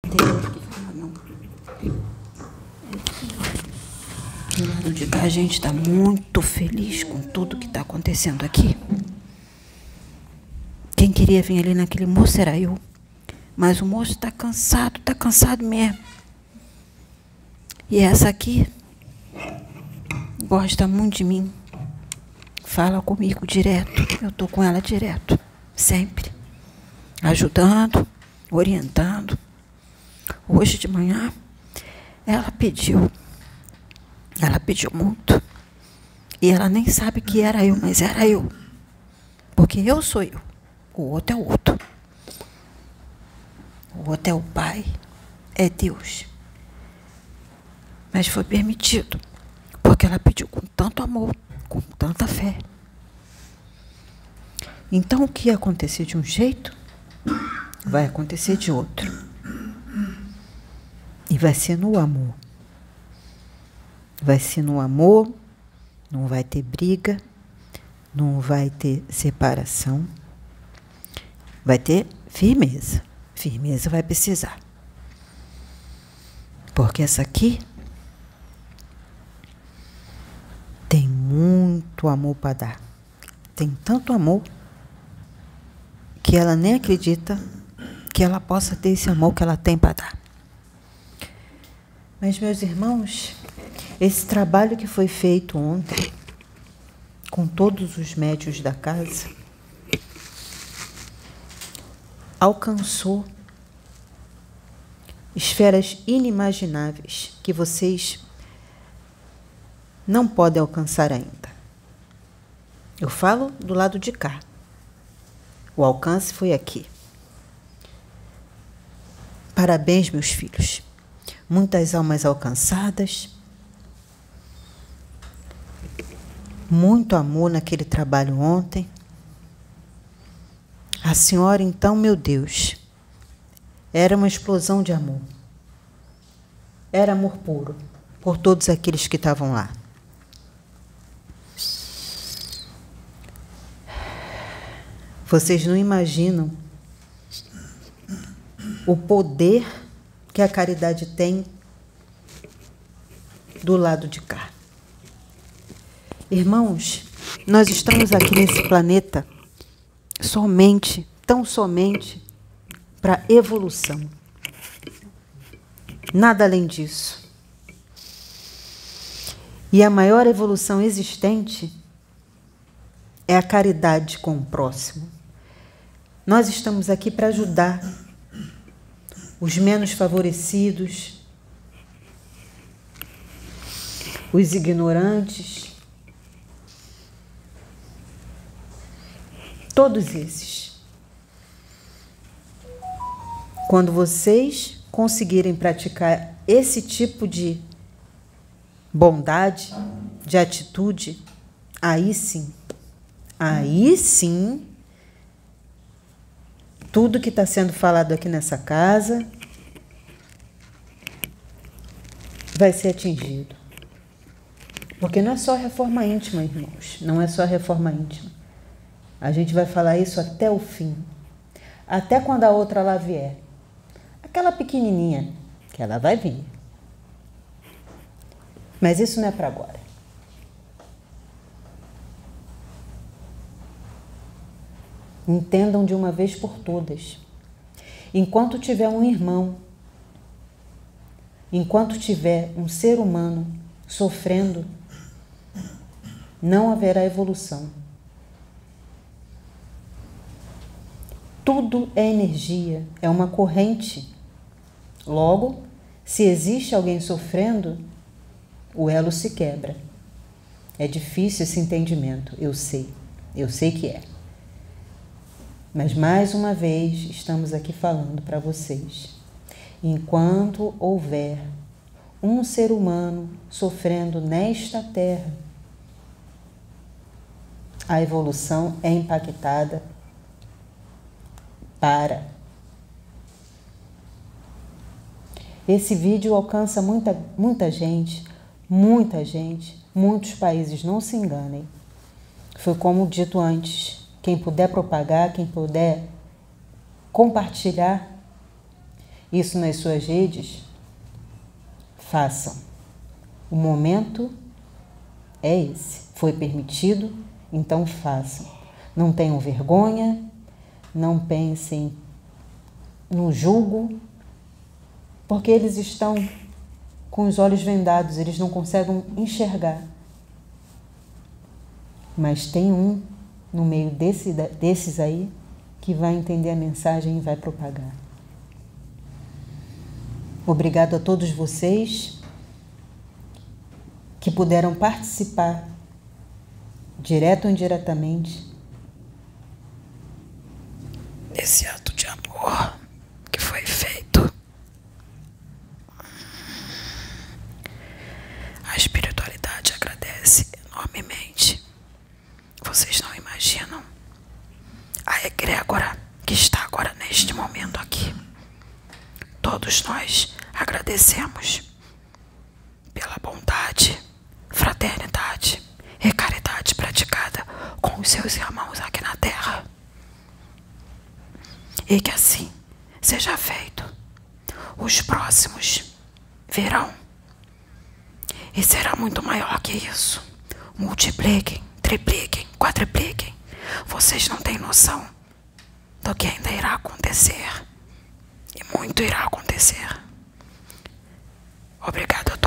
Tem que falar, não. Do lado de cá, a gente está muito feliz com tudo que está acontecendo aqui. Quem queria vir ali naquele moço era eu. Mas o moço está cansado mesmo. E essa aqui gosta muito de mim. Fala comigo direto. Eu estou com ela direto. Sempre. Ajudando, orientando. Hoje de manhã, ela pediu. Ela pediu muito. E ela nem sabe que era eu, mas era eu. Porque eu sou eu. O outro é o outro. O outro é o Pai. É Deus. Mas foi permitido. Porque ela pediu com tanto amor, com tanta fé. Então, o que ia acontecer de um jeito, vai acontecer de outro. E vai ser no amor. Vai ser no amor, não vai ter briga, não vai ter separação, vai ter firmeza. Firmeza vai precisar. Porque essa aqui tem muito amor para dar. Tem tanto amor que ela nem acredita que ela possa ter esse amor que ela tem para dar. Mas, meus irmãos, esse trabalho que foi feito ontem, com todos os médiuns da casa, alcançou esferas inimagináveis que vocês não podem alcançar ainda. Eu falo do lado de cá. O alcance foi aqui. Parabéns, meus filhos. Muitas almas alcançadas. Muito amor naquele trabalho ontem. A senhora, então, meu Deus, era uma explosão de amor. Era amor puro por todos aqueles que estavam lá. Vocês não imaginam o poder que a caridade tem do lado de cá. Irmãos, nós estamos aqui nesse planeta somente, tão somente, para evolução. Nada além disso. E a maior evolução existente é a caridade com o próximo. Nós estamos aqui para ajudar os menos favorecidos, os ignorantes, todos esses. Quando vocês conseguirem praticar esse tipo de bondade, de atitude, aí sim, tudo que está sendo falado aqui nessa casa vai ser atingido. Porque não é só reforma íntima, irmãos. Não é só reforma íntima. A gente vai falar isso até o fim. Até quando a outra lá vier. Aquela pequenininha, que ela vai vir. Mas isso não é para agora. Entendam de uma vez por todas. Enquanto tiver um irmão, enquanto tiver um ser humano sofrendo, não haverá evolução. Tudo é energia, é uma corrente. Logo, se existe alguém sofrendo, o elo se quebra. É difícil esse entendimento, eu sei que é. Mas, mais uma vez, estamos aqui falando para vocês. Enquanto houver um ser humano sofrendo nesta terra, a evolução é impactada para. Esse vídeo alcança muita gente, muitos países, não se enganem. Foi como dito antes. Quem puder propagar, quem puder compartilhar, isso nas suas redes, façam. O momento é esse. Foi permitido, então façam. Não tenham vergonha, não pensem no julgo, porque eles estão com os olhos vendados, eles não conseguem enxergar. Mas tem um no meio desses aí que vai entender a mensagem e vai propagar. Obrigado a todos vocês que puderam participar, direto ou indiretamente, desse ato de amor que foi feito. A espiritualidade agradece enormemente. Vocês não imaginam a egrégora que está agora neste momento aqui. Todos nós agradecemos pela bondade, fraternidade e caridade praticada com os seus irmãos aqui na Terra. E que assim seja feito. Os próximos virão. E será muito maior que isso. Multipliquem, tripliquem, quadripliquem. Vocês não têm noção do que ainda irá acontecer. E muito irá acontecer. Obrigado a